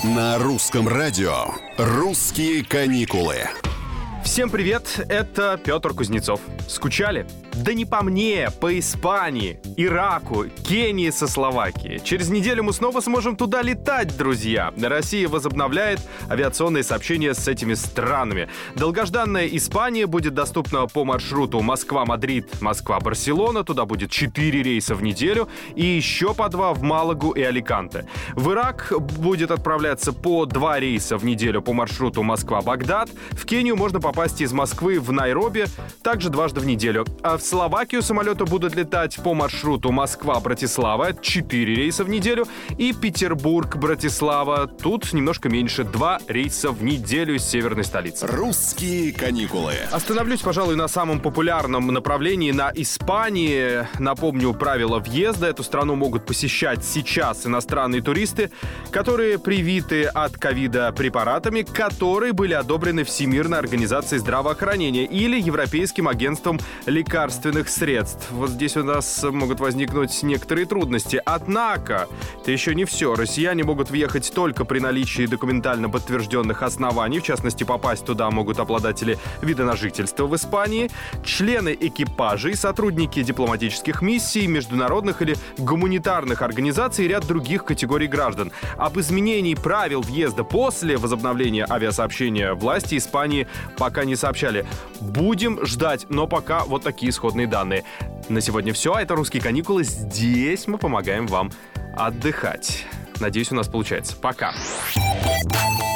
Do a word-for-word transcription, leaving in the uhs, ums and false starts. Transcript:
На русском радио «Русские каникулы». Всем привет, это Петр Кузнецов. Скучали? Да не по мне, по Испании, Ираку, Кении со Словакией. Через неделю мы снова сможем туда летать, друзья. Россия возобновляет авиационные сообщения с этими странами. Долгожданная Испания будет доступна по маршруту Москва-Мадрид, Москва-Барселона. Туда будет четыре рейса в неделю и еще по два в Малагу и Аликанте. В Ирак будет отправляться по два рейса в неделю по маршруту Москва-Багдад. В Кению можно попасть из Москвы в Найроби также дважды в неделю. А в Словакию самолеты будут летать по маршруту Москва-Братислава, четыре рейса в неделю, и Петербург-Братислава. Тут немножко меньше, два рейса в неделю из северной столицы. Русские каникулы. Остановлюсь, пожалуй, на самом популярном направлении, на Испании. Напомню правила въезда. Эту страну могут посещать сейчас иностранные туристы, которые привиты от ковида препаратами, которые были одобрены Всемирной организацией здравоохранения или Европейским агентством лекарственных средств. Вот здесь у нас могут возникнуть некоторые трудности. Однако, это еще не все. Россияне могут въехать только при наличии документально подтвержденных оснований. В частности, попасть туда могут обладатели вида на жительство в Испании, члены экипажей, сотрудники дипломатических миссий, международных или гуманитарных организаций и ряд других категорий граждан. Об изменении правил въезда после возобновления авиасообщения власти Испании пока не сообщали. Будем ждать, но пока вот такие исходные данные. На сегодня все. Это «Русские каникулы». Здесь мы помогаем вам отдыхать. Надеюсь, у нас получается. Пока.